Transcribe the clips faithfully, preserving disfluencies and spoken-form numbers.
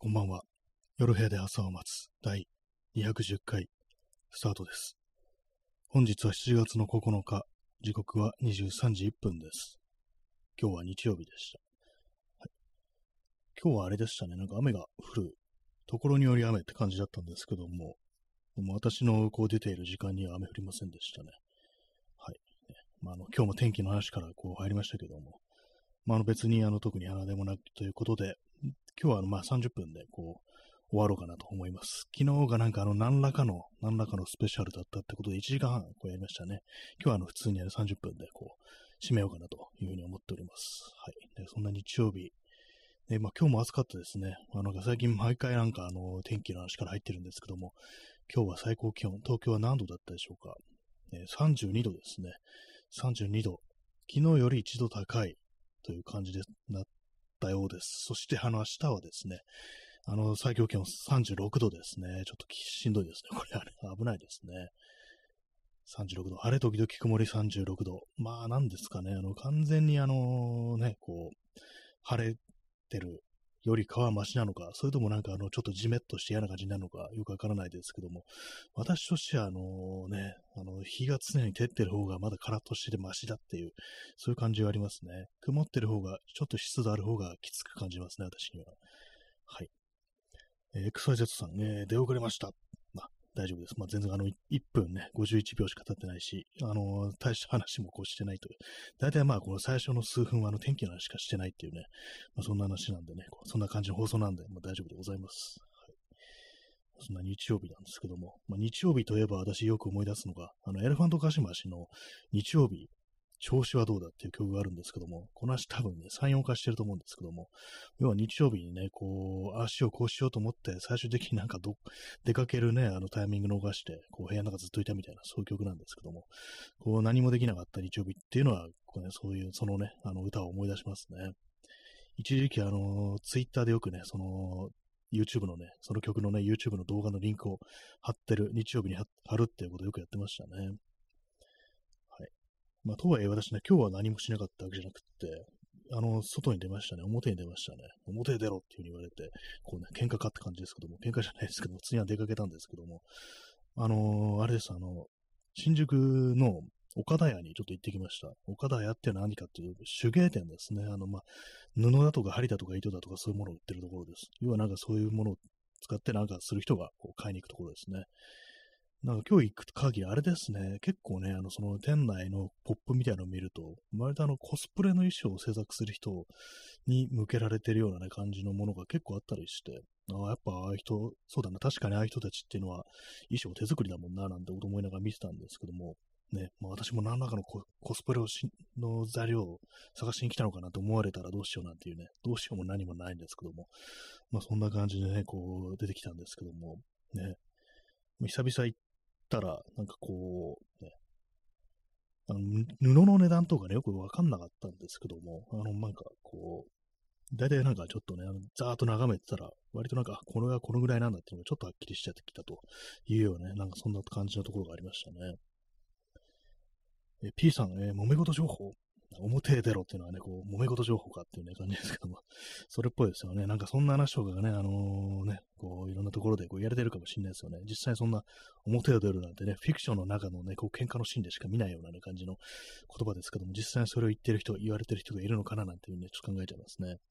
こんばんは。夜部屋で朝を待つ第にひゃくじゅっかいスタートです。本日はしちがつのここのか、時刻はにじゅうさんじいっぷんです。今日は日曜日でした。はい、今日はあれでしたね、なんか雨が降る、ところにより雨って感じだったんですけども、もう私のこう出ている時間には雨降りませんでしたね。はい。ねまあ、あの今日も天気の話からこう入りましたけども、まあ、あの別にあの特に花でもなくということで、今日はあのまあさんじゅっぷんでこう終わろうかなと思います。昨日がなんかあの何らかの、何らかのスペシャルだったってことでいちじかんはんこうやりましたね。今日はあの普通にあのさんじゅっぷんでこう締めようかなというふうに思っております。はい。でそんな日曜日。でまあ、今日も暑かったですね。あの最近毎回なんかあの天気の話から入ってるんですけども、今日は最高気温、東京は何度だったでしょうか。えー、さんじゅうにどですね。さんじゅうにど。昨日よりいちど高いという感じでなったようです。そしてあの明日はですね、あの最高気温さんじゅうろくどですね。ちょっとしんどいですね。これ、あれ危ないですね。さんじゅうろくど。晴れ時々曇りさんじゅうろくど。まあ、なんですかね。あの、完全にあのね、こう、晴れてるよりかはマシなのか、それともなんかあの、ちょっとジメッとして嫌な感じなのか、よくわからないですけども、私としてはあのね、あの、日が常に照ってる方がまだカラッとしててマシだっていう、そういう感じがありますね。曇ってる方が、ちょっと湿度ある方がきつく感じますね、私には。はい。えー、エックスワイゼット さん、えー出遅れました。まあ、大丈夫です。まあ、全然あの、いっぷんね、ごじゅういちびょうしか経ってないし、あのー大した話もこうしてないという。大体まあ、この最初の数分はあの天気の話しかしてないっていうね、まあ、そんな話なんでね、こうそんな感じの放送なんで、まあ、大丈夫でございます。はい。そんな日曜日なんですけども、まあ、日曜日といえば私よく思い出すのが、あの、エレファントカシマシの日曜日、調子はどうだっていう曲があるんですけども、この話多分ね、さん、よんかしてると思うんですけども、要は日曜日にね、こう、足をこうしようと思って、最終的になんかど、出かけるね、あのタイミング逃して、こう、部屋の中ずっといたみたいな、そういう曲なんですけども、こう、何もできなかった日曜日っていうのは、こうね、そういう、そのね、あの歌を思い出しますね。一時期、あの、ツイッターでよくね、その、YouTube のね、その曲のね、YouTube の動画のリンクを貼ってる、日曜日に貼貼るっていうことをよくやってましたね。はい。まあ、とはいえ私ね、今日は何もしなかったわけじゃなくって、あの、外に出ましたね。表に出ましたね。表に出ろっていう風に言われて、こうね、喧嘩かって感じですけども、喧嘩じゃないですけども、普通には出かけたんですけども、あのーあれです、あの、新宿の岡田屋にちょっと行ってきました。岡田屋って何かっていうと、手芸店ですね。あの、まあ、布だとか針だとか糸だとかそういうものを売ってるところです。要はなんかそういうものを使ってなんかする人がこう買いに行くところですね。なんか今日行く限りあれですね、結構ね、あの、その店内のポップみたいなのを見ると、割とあのコスプレの衣装を制作する人に向けられてるようなね、感じのものが結構あったりして、ああ、やっぱああいう人、そうだな、確かにああいう人たちっていうのは衣装手作りだもんな、なんて思いながら見てたんですけども、ね、まあ私も何らかのココスプレをしの材料を探しに来たのかなと思われたらどうしようなんていうね、どうしようも何もないんですけども、まあそんな感じでね、こう出てきたんですけども、ね、久々行ったら、なんかこう、ね、あの布の値段とかね、よくわかんなかったんですけども、あの、なんかこう、大体なんかちょっとね、あのざーっと眺めてたら、割となんか、これはこのぐらいなんだっていうのがちょっとはっきりしちゃってきたというようなね、なんかそんな感じのところがありましたね。え P さん、えー揉め事情報表へ出ろっていうのはね、こう、揉め事情報かっていうね、感じですけども、それっぽいですよね。なんかそんな話とかがね、あのね、こう、いろんなところでこうやれてるかもしれないですよね。実際そんな表を出るなんてね、フィクションの中のね、こう、喧嘩のシーンでしか見ないようなね、感じの言葉ですけども、実際にそれを言ってる人、言われてる人がいるのかななんていうね、ちょっと考えちゃいますね。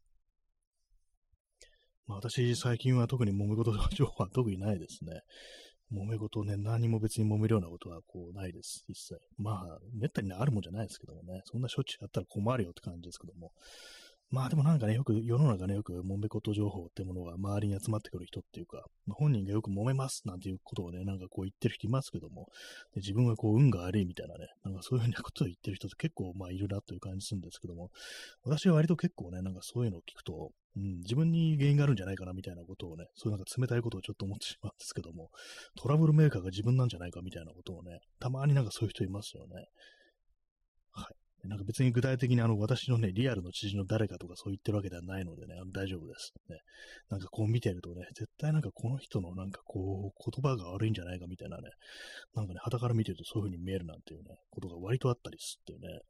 まあ私、最近は特に揉め事情報は特にないですね。揉め事ね、何も別に揉めるようなことはこうないです、一切。まあ、めったにあるもんじゃないですけどもね、そんなしょっちゅうやったら困るよって感じですけども。まあでもなんかね、よく世の中ね、よく揉め事情報ってものが周りに集まってくる人っていうか、まあ、本人がよく揉めますなんていうことをね、なんかこう言ってる人いますけども、で自分はこう運が悪いみたいなね、なんかそういうふうなことを言ってる人って結構まあいるなという感じするんですけども、私は割と結構ね、なんかそういうのを聞くと、うん、自分に原因があるんじゃないかなみたいなことをね、そういうなんか冷たいことをちょっと思ってしまうんですけども、トラブルメーカーが自分なんじゃないかみたいなことをね、たまになんかそういう人いますよね。はい。なんか別に具体的にあの私のね、リアルの知人の誰かとかそう言ってるわけではないのでね、あの大丈夫です。ね。なんかこう見てるとね、絶対なんかこの人のなんかこう言葉が悪いんじゃないかみたいなね、なんかね、傍から見てるとそういう風に見えるなんていうね、ことが割とあったりすっていうね。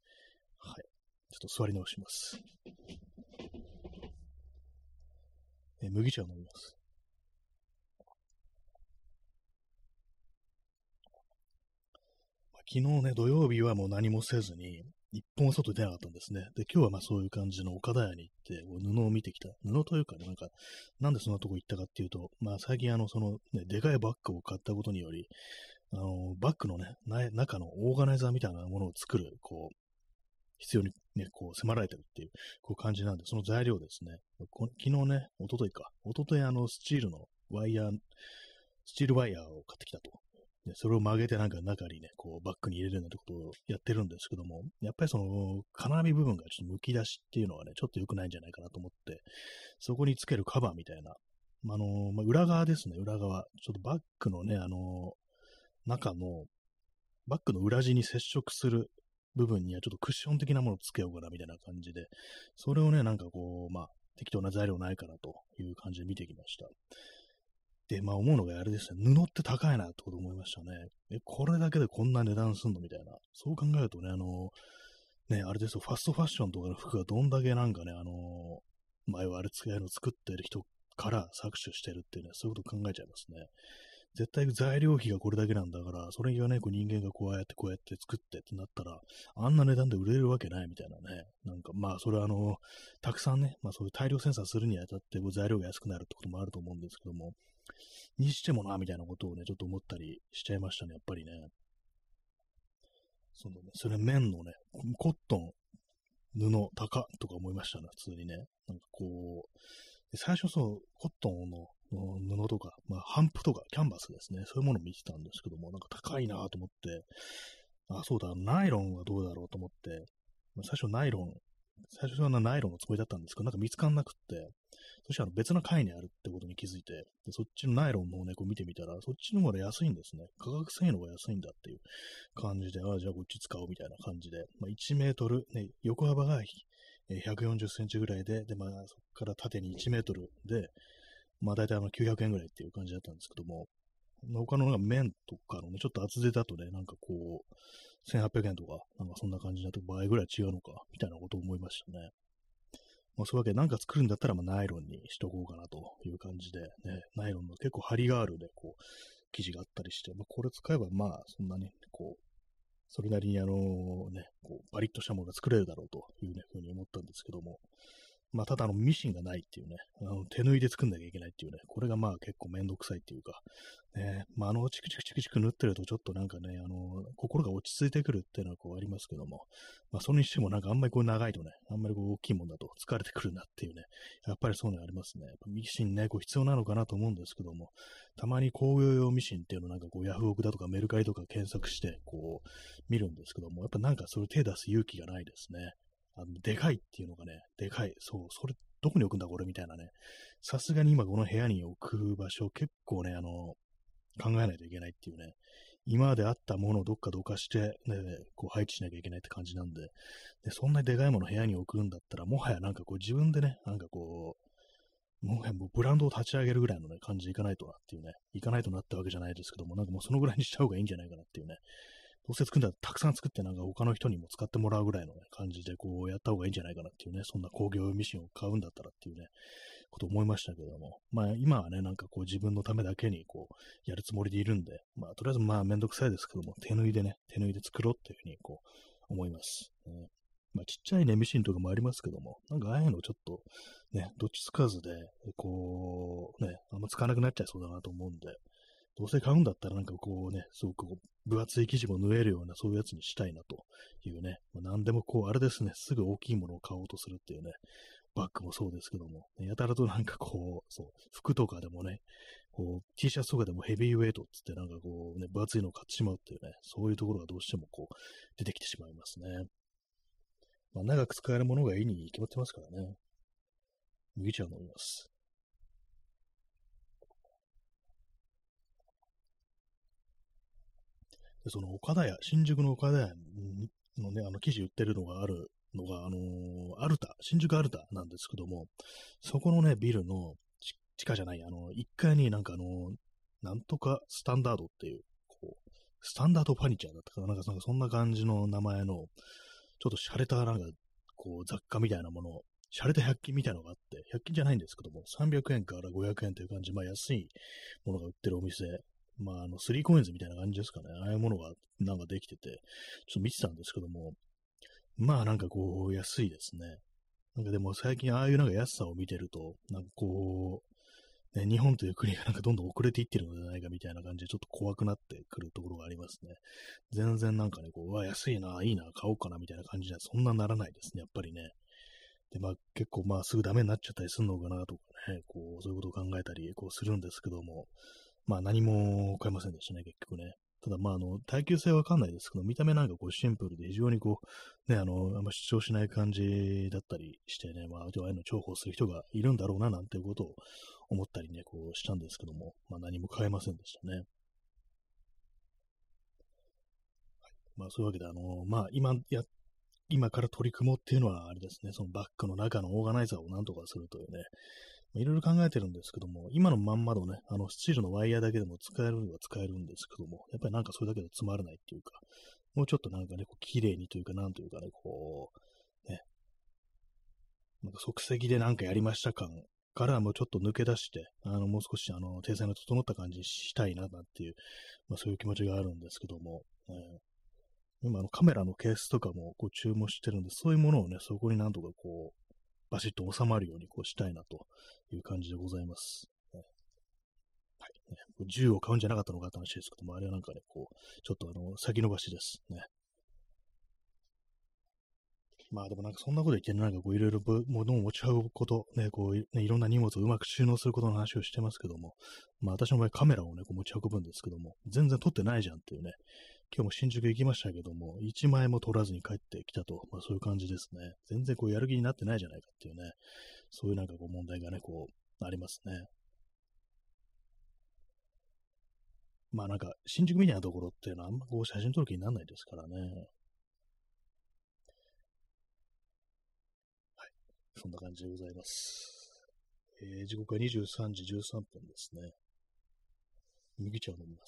はい。ちょっと座り直します。 えー麦茶を飲みます。まあ昨日ね、土曜日はもう何もせずに、一本も外出なかったんですね。で、今日はまあそういう感じの岡田屋に行って、こう布を見てきた。布というかね、なんか、なんでそんなとこ行ったかっていうと、まあ最近あの、その、ね、でかいバッグを買ったことにより、あの、バッグのね、な中のオーガナイザーみたいなものを作る、こう、必要にね、こう迫られてるっていう、こう感じなんで、その材料ですね。こ昨日ね、一昨日か。一昨日あの、スチールのワイヤー、スチールワイヤーを買ってきたと。でそれを曲げてなんか中にね、こうバッグに入れるなんてことをやってるんですけども、やっぱりその金網部分がちょっと剥き出しっていうのはね、ちょっと良くないんじゃないかなと思って、そこにつけるカバーみたいな、まあ、あのまあ、裏側ですね、裏側。ちょっとバッグのね、あの中の、バッグの裏地に接触する部分にはちょっとクッション的なものをつけようかなみたいな感じで、それをね、なんかこう、まあ、適当な材料ないかなという感じで見てきました。で、まあ思うのがあれですね、布って高いなってこと思いましたね。え、これだけでこんな値段すんのみたいな。そう考えるとね、あの、ね、あれですよ、ファストファッションとかの服がどんだけなんかね、あの、前はあれ使えるの作ってる人から搾取してるっていうね、そういうこと考えちゃいますね。絶対材料費がこれだけなんだから、それがね、こう人間がこうやってこうやって作ってってなったら、あんな値段で売れるわけないみたいなね。なんかまあ、それはあの、たくさんね、まあそういう大量生産するにあたってこう材料が安くなるってこともあると思うんですけども、にしてもな、みたいなことをね、ちょっと思ったりしちゃいましたね、やっぱりね。そのね、それ綿のね、コットン、布、高とか思いましたね、普通にね。なんかこう、最初そう、コットンの布とか、まあ、ハンプとか、キャンバスですね、そういうものを見てたんですけども、なんか高いなと思って、あ、そうだ、ナイロンはどうだろうと思って、まあ、最初ナイロン、最初はナイロンのつもりだったんですけど、なんか見つかんなくって、そしてあの別の階にあるってことに気づいて、でそっちのナイロンの方ね、こう見てみたら、そっちの方が安いんですね。価格繊維の方が安いんだっていう感じで、ああ、じゃあこっち使おうみたいな感じで、まあ、いちメートル、ね、横幅がひゃくよんじゅっセンチぐらいで、で、まあ、そこから縦にいちメートルで、まあ、大体あのきゅうひゃくえんぐらいっていう感じだったんですけども、他のなんか綿とかのね、ちょっと厚手だとね、なんかこう、せんはっぴゃくえんとか、なんかそんな感じだと倍ぐらい違うのか、みたいなことを思いましたね。まあ、そういうわけで、なんか作るんだったら、まあ、ナイロンにしとこうかなという感じで、ね、ナイロンの結構張りがあるで、こう、生地があったりして、まあ、これ使えば、まあ、そんなに、こう、それなりにあのね、こう、バリッとしたものが作れるだろうというね、ふうに思ったんですけども、まあ、ただ、あの、ミシンがないっていうね、あの手縫いで作んなきゃいけないっていうね、これがまあ結構めんどくさいっていうか、ね、まあ、あの、チクチクチクチク縫ってるとちょっとなんかね、あの、心が落ち着いてくるっていうのはこうありますけども、まあ、それにしてもなんかあんまりこう長いとね、あんまりこう大きいもんだと疲れてくるなっていうね、やっぱりそういうのありますね。やっぱミシンね、こう必要なのかなと思うんですけども、たまに工業用ミシンっていうのなんかこうヤフオクだとかメルカリとか検索してこう見るんですけども、やっぱなんかそれ手出す勇気がないですね。あのでかいっていうのがね、でかい。そう、それどこに置くんだこれみたいなね。さすがに今この部屋に置く場所結構ね、あの、考えないといけないっていうね。今まであったものをどっかどかして、ね、こう配置しなきゃいけないって感じなんで、でそんなにでかいものを部屋に置くんだったら、もはやなんかこう自分でね、なんかこう、もはやもうブランドを立ち上げるぐらいのね、感じでいかないとなっていうね、いかないとなったわけじゃないですけども、なんかもうそのぐらいにした方がいいんじゃないかなっていうね、どうせ作るんだったらたくさん作ってなんか他の人にも使ってもらうぐらいの、ね、感じでこうやった方がいいんじゃないかなっていうね、そんな工業ミシンを買うんだったらっていうね、こと思いましたけども、まあ今はね、なんかこう自分のためだけにこうやるつもりでいるんで、まあとりあえずまあめんどくさいですけども、手縫いでね、手縫いで作ろうっていうふうにこう思います。ね、まあちっちゃいね、ミシンとかもありますけども、なんかああいうのちょっとね、どっちつかずで、こうね、あんま使わなくなっちゃいそうだなと思うんで、どうせ買うんだったらなんかこうね、すごくこう分厚い生地も縫えるようなそういうやつにしたいなというね、まあ、何でもこうあれですね、すぐ大きいものを買おうとするっていうね、バッグもそうですけども、やたらとなんかこう、そう、服とかでもね、こう、T シャツとかでもヘビーウェイトっつってなんかこうね、分厚いのを買ってしまうっていうね、そういうところがどうしてもこう、出てきてしまいますね。まあ、長く使えるものがいいに決まってますからね。麦茶を飲みます。で、その岡田屋、新宿の岡田屋のね、あの記事売ってるのがあるのが、あのーアルタ、新宿アルタなんですけども、そこのね、ビルの地下じゃない、あの、いっかいになんかあのーなんとかスタンダードっていう、こう、スタンダードファニチャーだったかな、なんかそんな感じの名前の、ちょっと洒落たなんか、こう、雑貨みたいなもの洒落たひゃく均みたいなのがあって、ひゃく均じゃないんですけども、さんびゃくえんからごひゃくえんという感じ、まあ安いものが売ってるお店、まああの、スリーコインズみたいな感じですかね。ああいうものがなんかできてて、ちょっと見てたんですけども、まあなんかこう、安いですね。なんかでも最近ああいうなんか安さを見てると、なんかこう、ね、日本という国がなんかどんどん遅れていってるのではないかみたいな感じでちょっと怖くなってくるところがありますね。全然なんかね、こう、うわ、安いな、いいな、買おうかなみたいな感じじゃそんなならないですね、やっぱりね。で、まあ結構まあすぐダメになっちゃったりするのかなとかね、こう、そういうことを考えたりこうするんですけども、まあ何も買えませんでしたね、結局ね。ただまああの、耐久性はわかんないですけど、見た目なんかこうシンプルで非常にこう、ね、あの、あんま主張しない感じだったりしてね、まあ、ああいうの重宝する人がいるんだろうななんていうことを思ったりね、こうしたんですけども、まあ何も買えませんでしたね。まあそういうわけで、あの、まあ今や、今から取り組もうっていうのはあれですね、そのバッグの中のオーガナイザーをなんとかするというね、いろいろ考えてるんですけども、今のまんまのね、あの、スチールのワイヤーだけでも使えるには使えるんですけども、やっぱりなんかそれだけでつまらないっていうか、もうちょっとなんかね、こう綺麗にというか、なんというかね、こう、ね、なんか即席でなんかやりました感からもうちょっと抜け出して、あの、もう少しあの、体裁の整った感じにしたいな、なんていう、まあそういう気持ちがあるんですけども、えー今あのカメラのケースとかもこう注文してるんで、そういうものをね、そこになんとかこう、バシッと収まるようにこうしたいなという感じでございます。ねはい、ね。銃を買うんじゃなかったのかって話ですけども、あれはなんかね、こう、ちょっとあの、先延ばしですね。まあでもなんかそんなこと言ってね、なんかこういろいろ物を持ち運ぶこと、ね、こうい、ね、いろんな荷物をうまく収納することの話をしてますけども、まあ私の場合カメラをね、こう持ち運ぶんですけども、全然撮ってないじゃんっていうね、今日も新宿行きましたけども、いちまいも撮らずに帰ってきたと、まあそういう感じですね。全然こうやる気になってないじゃないかっていうね、そういうなんかこう問題がね、こう、ありますね。まあなんか、新宿みたいなところっていうのはあんまこう写真撮る気にならないですからね。そんな感じでございます。えー、時刻はにじゅうさんじじゅうさんぷんですね。麦茶を飲みます。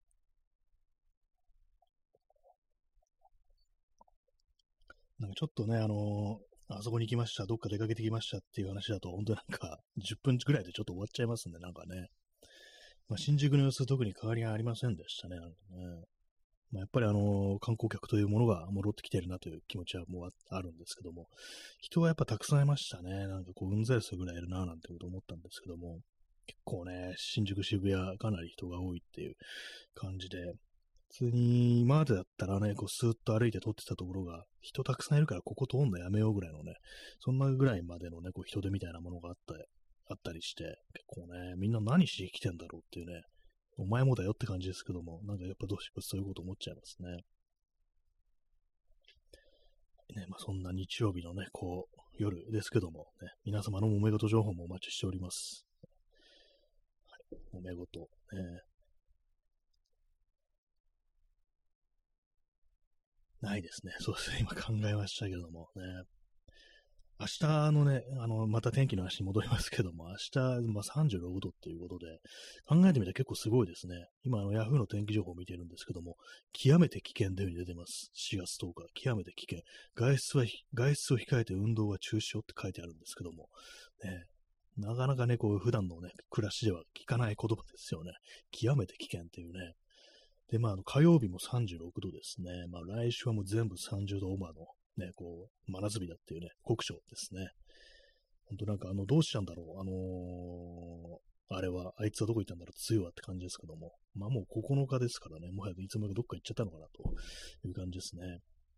なんかちょっとね、あのーあそこに行きました、どっか出かけてきましたっていう話だと、本当になんかじゅっぷんぐらいでちょっと終わっちゃいますんで、なんかね。まあ、新宿の様子特に変わりがありませんでしたね、なんかね。まあ、やっぱりあのー観光客というものが戻ってきてるなという気持ちはもうああるんですけども、人はやっぱたくさんいましたね。なんかこう、うんざりするぐらいいるな、なんてこと思ったんですけども、結構ね、新宿、渋谷、かなり人が多いっていう感じで、普通に今までだったらね、こうスーッと歩いて撮ってたところが、人たくさんいるからここ通んのやめようぐらいのね、そんなぐらいまでのね、こう人手みたいなものがあった、あったりして、結構ね、みんな何しに来てんだろうっていうね、お前もだよって感じですけども、なんかやっぱどうしようそういうこと思っちゃいますね。ね、まあそんな日曜日のね、こう、夜ですけども、ね、皆様の揉め事情報もお待ちしております。揉め事。ね、ないですね。そうですね。今考えましたけどもね。明日のね、あの、また天気の話に戻りますけども、明日、まあ、さんじゅうろくどっていうことで、考えてみたら結構すごいですね。今、あの、ヤフーの天気情報を見てるんですけども、極めて危険という風に出てます。しがつとおか、極めて危険。外出は、外出を控えて運動は中止をって書いてあるんですけども、ね、なかなかね、こう、普段のね、暮らしでは聞かない言葉ですよね。極めて危険っていうね。で、まあ、あの火曜日もさんじゅうろくどですね。まあ、来週はもう全部さんじゅうどオーバーの、ね、こう、真夏日だっていうね、酷暑ですね。ほんとなんか、あの、どうしたんだろう。あのーあれは、あいつはどこ行ったんだろう、梅雨はって感じですけども。まあもうここのかですからね、もはやいつもかどっか行っちゃったのかなという感じですね。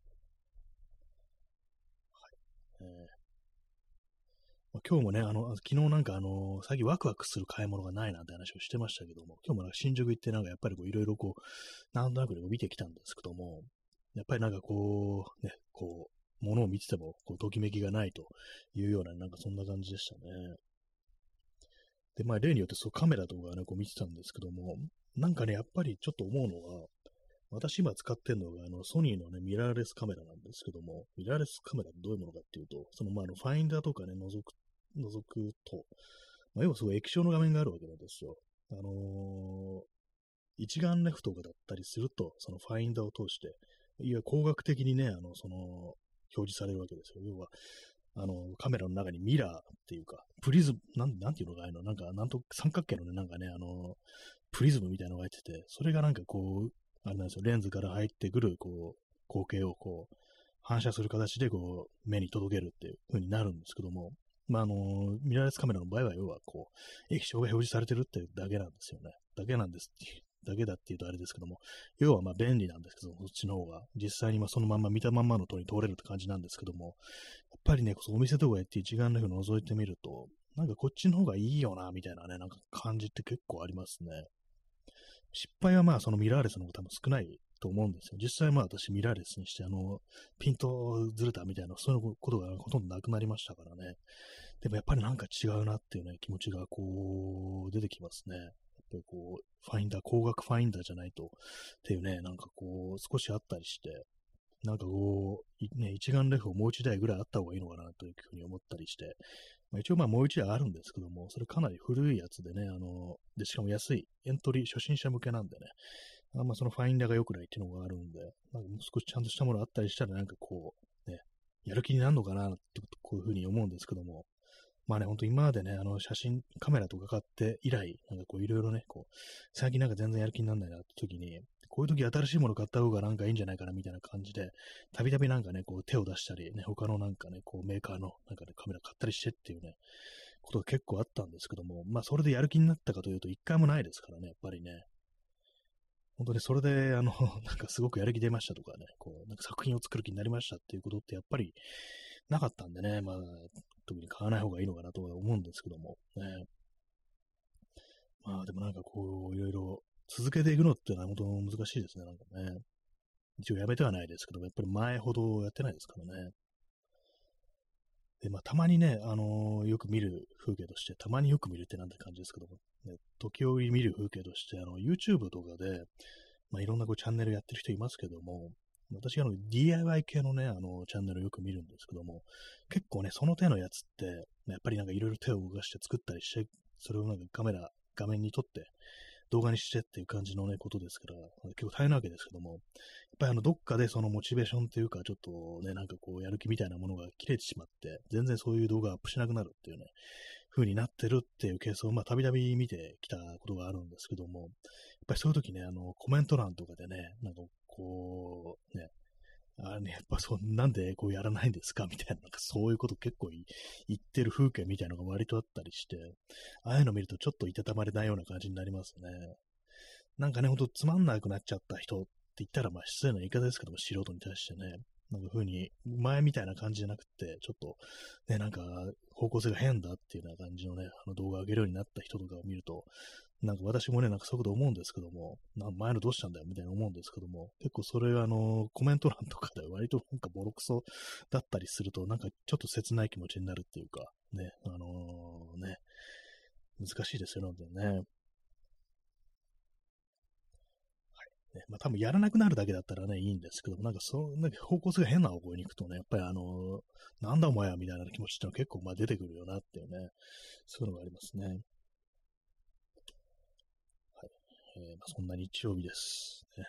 えーまあ、今日もね、あの、昨日なんかあの最近ワクワクする買い物がないなんて話をしてましたけども、今日もなんか新宿行ってなんかやっぱりこういろいろこう、なんとなくで見てきたんですけども、やっぱりなんかこう、ね、こう、物を見てても、こう、ときめきがないというような、なんかそんな感じでしたね。で、まあ、例によってそうカメラとかね、こう見てたんですけども、なんかね、やっぱりちょっと思うのが、私今使ってるのが、あの、ソニーのね、ミラーレスカメラなんですけども、ミラーレスカメラってどういうものかっていうと、その、まあ、あの、ファインダーとかね、覗く、覗くと、まあ、要はすごい液晶の画面があるわけなんですよ。あのー一眼レフとかだったりすると、そのファインダーを通して、いわゆる光学的にね、あの、その、表示されるわけですよ。要は、 あの、カメラの中にミラーっていうか、プリズム、なん、なんていうのがあるの、なんか、なんと、三角形のね、なんかね、あの、プリズムみたいなのが入ってて、それがなんかこう、あれなんですよ、レンズから入ってくる、こう、光景をこう、反射する形で、こう、目に届けるっていう風になるんですけども、まあ、あの、ミラーレスカメラの場合は、要は、こう、液晶が表示されてるっていうだけなんですよね。だけなんですっていう、だけだっていうとあれですけども、要はまあ便利なんですけども、そっちの方が、実際にまあそのまんま見たまんまの通りに通れるって感じなんですけども、やっぱりね、お店とか行って一眼レフ覗いてみると、なんかこっちの方がいいよな、みたいなね、なんか感じって結構ありますね。失敗はまあそのミラーレスの方が多分少ないと思うんですよ。実際まあ私ミラーレスにして、あの、ピントずれたみたいな、そういうことがほとんどなくなりましたからね。でもやっぱりなんか違うなっていうね、気持ちがこう、出てきますね。やっぱりこう、ファインダー、光学ファインダーじゃないとっていうね、なんかこう、少しあったりして、なんかこう、ね、一眼レフをもう一台ぐらいあった方がいいのかなというふうに思ったりして、まあ、一応まあもう一台あるんですけども、それかなり古いやつでね、あの、で、しかも安い、エントリー、初心者向けなんでね、あんまそのファインダーが良くないっていうのがあるんで、なんかもう少しちゃんとしたものあったりしたら、なんかこう、ね、やる気になるのかなって、こういうふうに思うんですけども、まあね、ほんと今までね、あの写真、カメラとか買って以来、なんかこういろいろね、こう、最近なんか全然やる気にならないなって時に、こういう時新しいもの買った方がなんかいいんじゃないかなみたいな感じで、たびたびなんかね、こう手を出したり、ね、他のなんかね、こうメーカーのなんかね、カメラ買ったりしてっていうね、ことが結構あったんですけども、まあそれでやる気になったかというと一回もないですからね、やっぱりね。本当にそれで、あの、なんかすごくやる気出ましたとかね、こう、なんか作品を作る気になりましたっていうことってやっぱりなかったんでね、まあ、特に買わない方がいいのかなとは思うんですけども、ね。まあでもなんかこう、いろいろ続けていくのっていうのは本当難しいですね、なんかね。一応やめてはないですけども、やっぱり前ほどやってないですからね。で、まあたまにね、あのーよく見る風景として、たまによく見るってなんて感じですけども、ね、時折見る風景として、あの、YouTube とかで、まあいろんなこうチャンネルやってる人いますけども、私あの ディーアイワイ 系のね、あの、チャンネルをよく見るんですけども、結構ね、その手のやつって、やっぱりなんかいろいろ手を動かして作ったりして、それをなんかカメラ、画面に撮って動画にしてっていう感じのね、ことですから、結構大変なわけですけども、やっぱりあの、どっかでそのモチベーションというか、ちょっとね、なんかこう、やる気みたいなものが切れてしまって、全然そういう動画アップしなくなるっていうね、風になってるっていうケースを、まあ、たびたび見てきたことがあるんですけども、やっぱりそういう時ね、あの、コメント欄とかでね、なんかこう、ね、あね、やっぱそう、なんでこうやらないんですかみたいな、なんかそういうこと結構言ってる風景みたいなのが割とあったりして、ああいうの見るとちょっといたたまれないような感じになりますね。なんかね、ほんとつまんなくなっちゃった人って言ったら、まあ失礼な言い方ですけども、素人に対してね、なんか風に、前みたいな感じじゃなくて、ちょっと、ね、なんか、方向性が変だっていうような感じのね、あの動画を上げるようになった人とかを見ると、なんか私もね、なんかそういうこと思うんですけども、な前のどうしたんだよみたいな思うんですけども、結構それがあの、コメント欄とかで割となんかボロクソだったりすると、なんかちょっと切ない気持ちになるっていうか、ね、あのーね、難しいですよね、ね。ね、まあ多分やらなくなるだけだったらね、いいんですけども、なんかそう、なんか方向性が変な方向に行くとね、やっぱりあのーなんだお前やみたいな気持ちってのは結構まあ出てくるよなっていうね、そういうのがありますね。はい。えーまあ、そんな日曜日です。ね、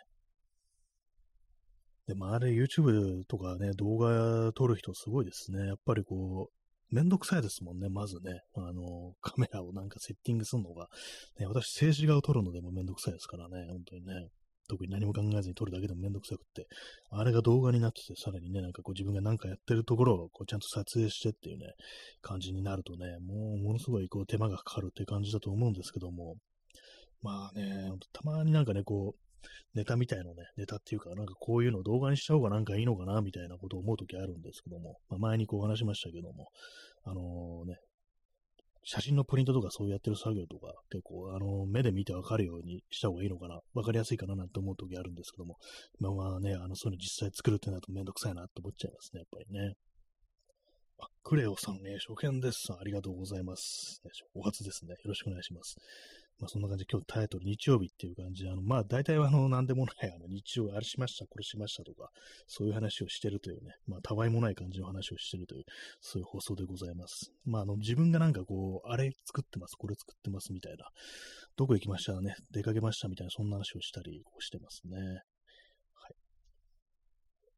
で、まああれ YouTube とかね、動画撮る人すごいですね。やっぱりこう、めんどくさいですもんね、まずね。あの、カメラをなんかセッティングするのが。ね、私、静止画を撮るのでもめんどくさいですからね、本当にね。特に何も考えずに撮るだけでもめんどくさくって。あれが動画になってて、さらにね、なんかこう自分が何かやってるところをこうちゃんと撮影してっていうね、感じになるとね、もうものすごいこう手間がかかるって感じだと思うんですけども、まあね、たまになんかね、こう、ネタみたいのね、ネタっていうか、なんかこういうのを動画にした方がなんかいいのかな、みたいなことを思うときあるんですけども、まあ、前にこう話しましたけども、あのね、写真のプリントとかそうやってる作業とか、結構、あの目で見てわかるようにした方がいいのかな、わかりやすいかななんて思うときあるんですけども、まあまあね、あの、そういうの実際作るってなるとめんどくさいなって思っちゃいますね、やっぱりね。あ、クレオさんね、初見です。ありがとうございます。ねお初ですね。よろしくお願いします。まあそんな感じで今日タイトル日曜日っていう感じで、あの、まあ大体はあの、なんでもない、あの、日曜あれしました、これしましたとか、そういう話をしてるというね、まあたわいもない感じの話をしてるという、そういう放送でございます。まああの、自分がなんかこう、あれ作ってます、これ作ってますみたいな、どこ行きましたね、出かけましたみたいな、そんな話をしたりこうしてますね。はい。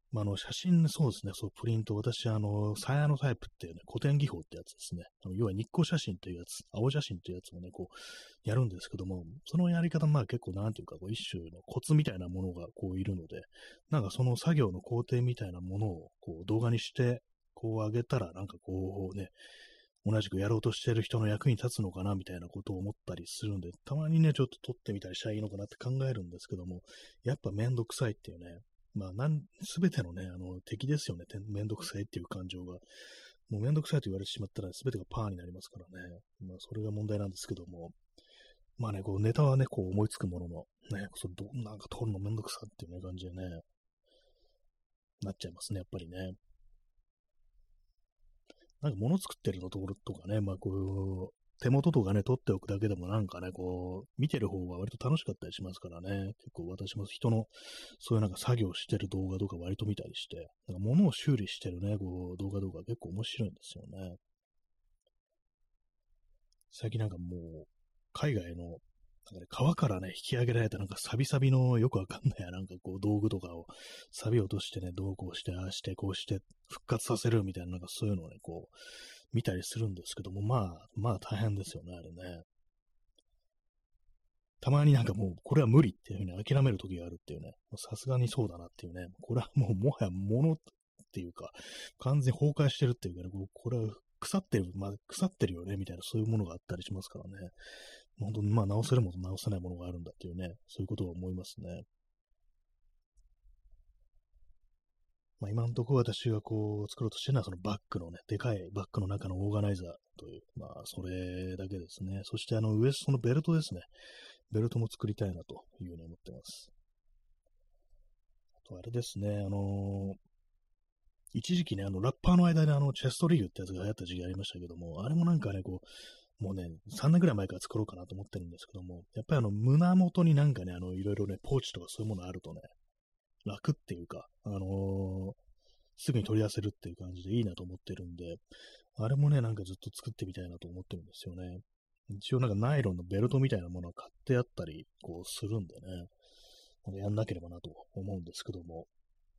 まあ、あの、写真、そうですね、そう、プリント、私、あの、サヤのタイプっていうね、古典技法ってやつですね。あの要は日光写真っていうやつ、青写真っていうやつをね、こう、やるんですけども、そのやり方、まあ結構、なんていうか、こう一種のコツみたいなものが、こう、いるので、なんかその作業の工程みたいなものを、こう、動画にして、こう、上げたら、なんかこう、ね、同じくやろうとしてる人の役に立つのかな、みたいなことを思ったりするんで、たまにね、ちょっと撮ってみたりしたらいいのかなって考えるんですけども、やっぱめんどくさいっていうね、まあ、なん、すべてのね、あの、敵ですよね。てめんどくさいっていう感情が。もうめんどくさいと言われてしまったら、すべてがパーになりますからね。まあ、それが問題なんですけども。まあね、こう、ネタはね、こう思いつくものの、ね、それど、なんか撮るのめんどくさっていうね、感じでね、なっちゃいますね、やっぱりね。なんか物作ってるのところとかね、まあこう、手元とかね、撮っておくだけでもなんかね、こう、見てる方が割と楽しかったりしますからね。結構私も人の、そういうなんか作業してる動画とか割と見たりして、なんか物を修理してるね、こう、動画とか結構面白いんですよね。最近なんかもう、海外の、なんかね、川からね、引き上げられたなんかサビサビのよくわかんない、なんかこう道具とかをサビ落としてね、どうこうして、ああして、こうして復活させるみたいな、なんかそういうのをね、こう、見たりするんですけども、まあ、まあ大変ですよね、あれね。たまになんかもう、これは無理っていうふうに諦める時があるっていうね、さすがにそうだなっていうね、これはもうもはや物っていうか、完全に崩壊してるっていうかね、こうこれは腐ってる、まあ腐ってるよね、みたいなそういうものがあったりしますからね。本当にまあ直せるものと直せないものがあるんだっていうね、そういうことを思いますね。まあ今のところ私がこう作ろうとしてるのはそのバッグのね、でかいバッグの中のオーガナイザーという、まあそれだけですね。そしてあのウエストのベルトですね。ベルトも作りたいなというふうに思ってます。あとあれですね、あのー一時期ね、あのラッパーの間であのチェストリーグってやつが流行った時期ありましたけども、あれもなんかね、こう、もうね、さんねんぐらい前から作ろうかなと思ってるんですけども、やっぱりあの胸元になんかね、あのいろいろね、ポーチとかそういうものあるとね、楽っていうか、あのーすぐに取り出せるっていう感じでいいなと思ってるんで、あれもね、なんかずっと作ってみたいなと思ってるんですよね。一応なんかナイロンのベルトみたいなものを買ってあったり、こうするんでね、なんかやんなければなと思うんですけども、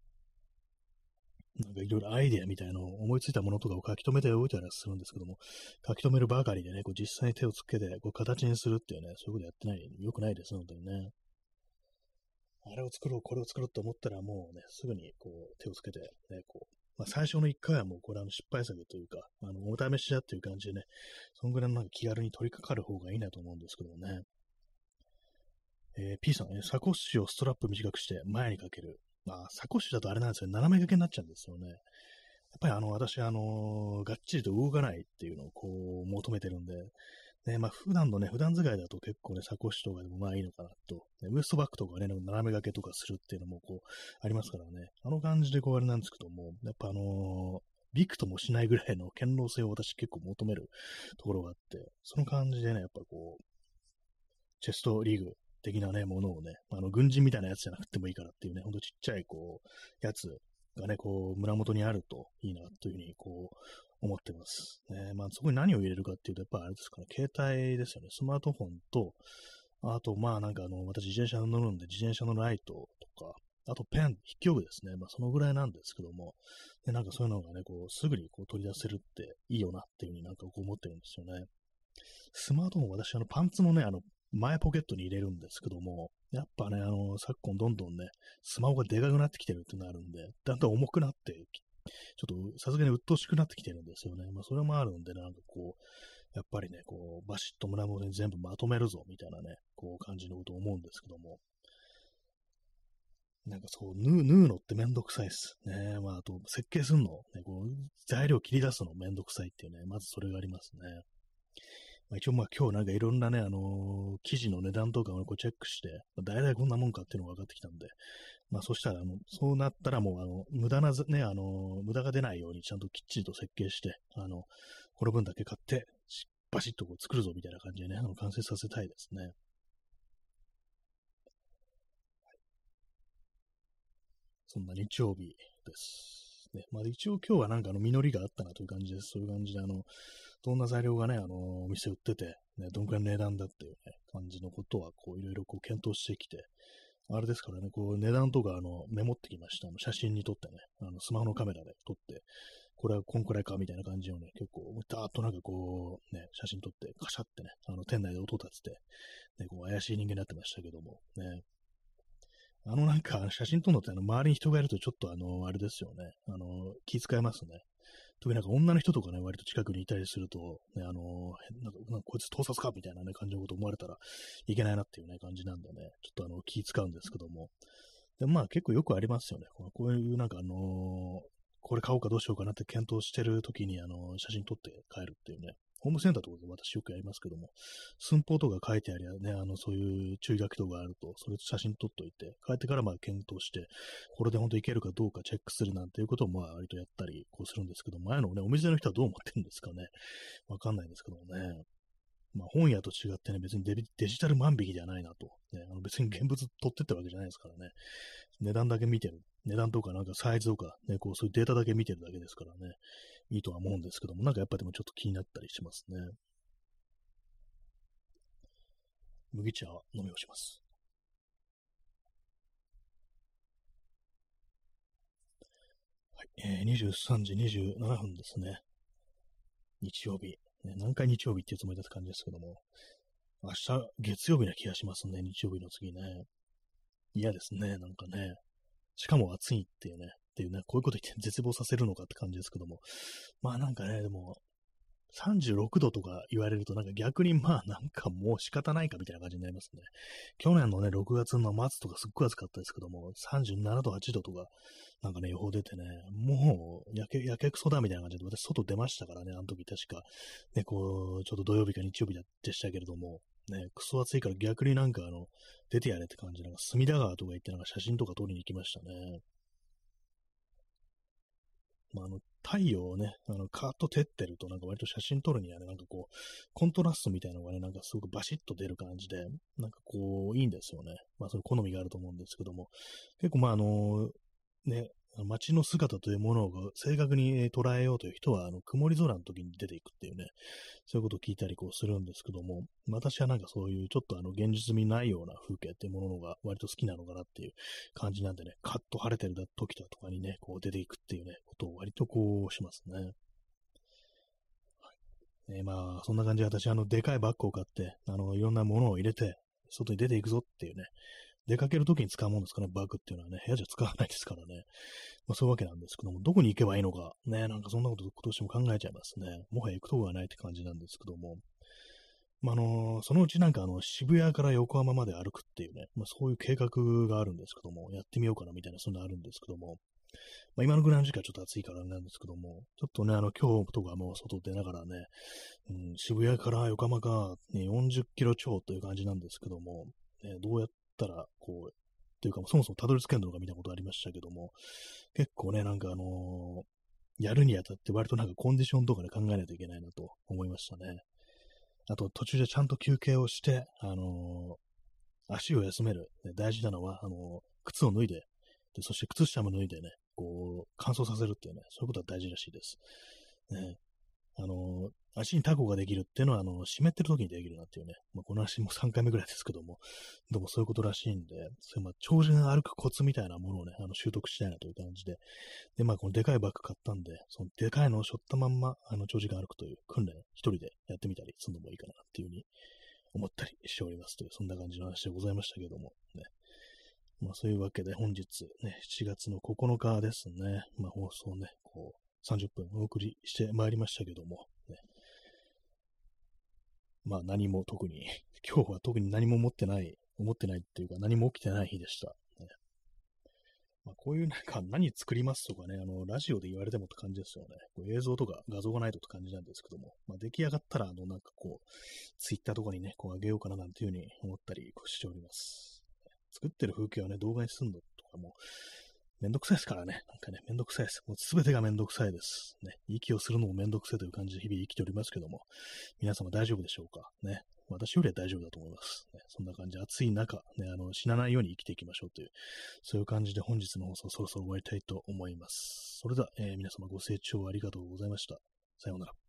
なんかいろいろアイデアみたいなのを思いついたものとかを書き留めておいたりはするんですけども、書き留めるばかりでね、こう実際に手をつけてこう形にするっていうね、そういうことやってない、良くないですのでね。あれを作ろう、これを作ろうと思ったらもうね、すぐにこう手をつけて、ね、こう、まあ、最初のいっかいはもうこれあの失敗作というか、あの、お試しだっていう感じでね、そんぐらいのなんか気軽に取り掛かる方がいいなと思うんですけどもね。えー、P さんね、サコッシュをストラップ短くして前にかける。まあ、サコッシュだとあれなんですよね、斜め掛けになっちゃうんですよね。やっぱりあの、私、あのーがっちりと動かないっていうのをこう、求めてるんで、ね、まあ普段のね、普段使いだと結構ね、サコッシュとかでもまあいいのかなと、ね、ウエストバッグとかね、斜め掛けとかするっていうのもこう、ありますからね、あの感じでこうあれなんですけども、やっぱあのーびくともしないぐらいの堅牢性を私結構求めるところがあって、その感じでね、やっぱこう、チェストリーグ的なね、ものをね、あの、軍人みたいなやつじゃなくてもいいからっていうね、ほんとちっちゃいこう、やつがね、こう、胸元にあるといいなというふうにこう、思ってます。ね、まあ、そこに何を入れるかっていうと、やっぱあれですかね、携帯ですよね。スマートフォンと、あと、まあ、なんかあの、私自転車乗るんで、自転車のライトとか、あとペン、筆記用具ですね。まあ、そのぐらいなんですけども、で、なんかそういうのがね、こう、すぐにこう取り出せるっていいよなっていうふうになんかこう思ってるんですよね。スマートフォン、私、あの、パンツのね、あの、前ポケットに入れるんですけども、やっぱね、あの、昨今どんどんね、スマホがでかくなってきてるってなるんで、だんだん重くなってちょっとさすがに鬱陶しくなってきてるんですよね。まあ、それもあるんで、なんかこう、やっぱりね、こう、バシッと胸元に全部まとめるぞ、みたいなね、こう、感じのことを思うんですけども、なんかそう、縫う、縫うのってめんどくさいっす。ね。まあ、あと、設計するの、ね、こう、材料切り出すのめんどくさいっていうね、まずそれがありますね。まあ、一応まあ今日なんかいろんなね、あのー記事の値段とかをこうチェックして、まあ、大体こんなもんかっていうのが分かってきたんで、まあそしたら、あの、そうなったらもう、あの、無駄なず、ね、あのー無駄が出ないようにちゃんときっちりと設計して、あの、この分だけ買って、バシッとこう作るぞみたいな感じでね、あの、完成させたいですね。そんな日曜日です。ね、まあ一応今日はなんかあの、実りがあったなという感じです。そういう感じで、あの、どんな材料がね、あの、お店売ってて、ね、どんくらいの値段だっていうね、感じのことは、こう、いろいろこう検討してきて、 あれですからね、こう値段とかあのメモってきました。あの写真に撮ってね、あのスマホのカメラで撮って、これはこんくらいかみたいな感じをね、結構、ダーッとなんかこう、ね、写真撮って、カシャってね、あの店内で音立てて、ね、こう怪しい人間になってましたけども、ね。あのなんか写真撮るのってあの周りに人がいるとちょっとあの、あれですよね、あの、気遣いますね。特になんか女の人とかね、割と近くにいたりすると、ね、あの、なんか、なんかこいつ盗撮かみたいなね、感じのこと思われたらいけないなっていうね、感じなんでね、ちょっとあの、気使うんですけども。でまあ結構よくありますよね。こういうなんかあのーこれ買おうかどうしようかなって検討してる時にあの写真撮って帰るっていうね。ホームセンターとかで私よくやりますけども、寸法とか書いてありゃね、あの、そういう注意書きとかあると、それ写真撮っといて、帰ってからまあ検討して、これで本当いけるかどうかチェックするなんていうことをまあ割とやったりこうするんですけども、ああいうのをね、お店の人はどう思ってるんですかね。わかんないんですけどもね。まあ、本屋と違ってね、別にデビデジタル万引きじゃないなと。ね、あの別に現物取ってったわけじゃないですからね。値段だけ見てる。値段とかなんかサイズとか、ね、こうそういうデータだけ見てるだけですからね。いいとは思うんですけども、なんかやっぱでもちょっと気になったりしますね。麦茶を飲みをします。はい、えー、にじゅうさんじにじゅうななふんですね。日曜日。ね、何回日曜日っていうつもりだった感じですけども、明日月曜日な気がしますね、日曜日の次ね。嫌ですね、なんかね。しかも暑いっていうね、っていうね、こういうこと言って絶望させるのかって感じですけども。まあなんかね、でも、さんじゅうろくどとか言われると、なんか逆にまあなんかもう仕方ないかみたいな感じになりますね。去年のね、ろくがつの末とかすっごい暑かったですけども、さんじゅうななど、はちどとか、なんかね、予報出てね、もう、やけ、やけくそだみたいな感じで、私外出ましたからね、あの時確か、ね、こう、ちょっと土曜日か日曜日でしたけれども、ね、クソ暑いから逆になんかあの、出てやれって感じ、なんか隅田川とか行ってなんか写真とか撮りに行きましたね。まあ、あの、太陽をね、あの、カーッと照ってると、なんか割と写真撮るにはね、なんかこう、コントラストみたいなのがね、なんかすごくバシッと出る感じで、なんかこう、いいんですよね。まあ、その好みがあると思うんですけども、結構まあ、あの、ね、街の姿というものを正確に捉えようという人は、あの、曇り空の時に出ていくっていうね、そういうことを聞いたりこうするんですけども、私はなんかそういうちょっとあの、現実味ないような風景っていうものが割と好きなのかなっていう感じなんでね、カッと晴れてる時とかにね、こう出ていくっていうね、ことを割とこうしますね。ね、まあ、そんな感じで私、あの、でかいバッグを買って、あの、いろんなものを入れて、外に出ていくぞっていうね、出かけるときに使うものですかね、バッグっていうのはね、部屋じゃ使わないですからね。まあ、そういうわけなんですけども、どこに行けばいいのか、ね、なんかそんなこと今年も考えちゃいますね。もはや行くとこがないって感じなんですけども、まあ、あのそのうちなんかあの、渋谷から横浜まで歩くっていうね、まあ、そういう計画があるんですけども、やってみようかなみたいな、そんなあるんですけども、まあ、今のぐらいの時期はちょっと暑いからなんですけども、ちょっとね、あの、今日とかもう外出ながらね、うん、渋谷から横浜が、ね、よんじゅっキロ超という感じなんですけども、ね、どうやったら、こう、というか、そもそもたどり着けるのか見たことありましたけども、結構ね、なんかあのーやるにあたって割となんかコンディションとかで考えないといけないなと思いましたね。あと途中でちゃんと休憩をして、あのー足を休める。ね、大事なのは、あのー靴を脱いで、で、そして靴下も脱いでね、こう、乾燥させるっていうね、そういうことは大事らしいです。ね、あの、足にタコができるっていうのは、あの、湿ってる時にできるなっていうね。まあ、この足もさんかいめぐらいですけども、でもそういうことらしいんで、そういう、まあ、長時間歩くコツみたいなものをね、あの、習得したいなという感じで。で、まあ、このでかいバッグ買ったんで、そのでかいのを背負ったまんま、あの、長時間歩くという訓練、一人でやってみたりするのもいいかなっていうふうに思ったりしておりますという、そんな感じの話でございましたけども、ね。まあ、そういうわけで本日、ね、しちがつのここのかですね、まあ、放送ね、こう、さんじゅっぷんお送りしてまいりましたけども、ね、まあ何も特に、今日は特に何も持ってない、思ってないっていうか何も起きてない日でした。ね、まあ、こういうなんか何作りますとかね、あの、ラジオで言われてもって感じですよね。こう映像とか画像がないとって感じなんですけども、まあ、出来上がったら、あの、なんかこう、ツイッターとかにね、こう上げようかななんていうふうに思ったりしております。作ってる風景はね、動画にすんのとかも、めんどくさいですからね。なんかね、めんどくさいです。もうすべてがめんどくさいです。ね。息をするのもめんどくさいという感じで日々生きておりますけども、皆様大丈夫でしょうかね。私よりは大丈夫だと思います。ね、そんな感じで暑い中、ね、あの、死なないように生きていきましょうという、そういう感じで本日の放送そろそろ終わりたいと思います。それでは、えー皆様ご清聴ありがとうございました。さようなら。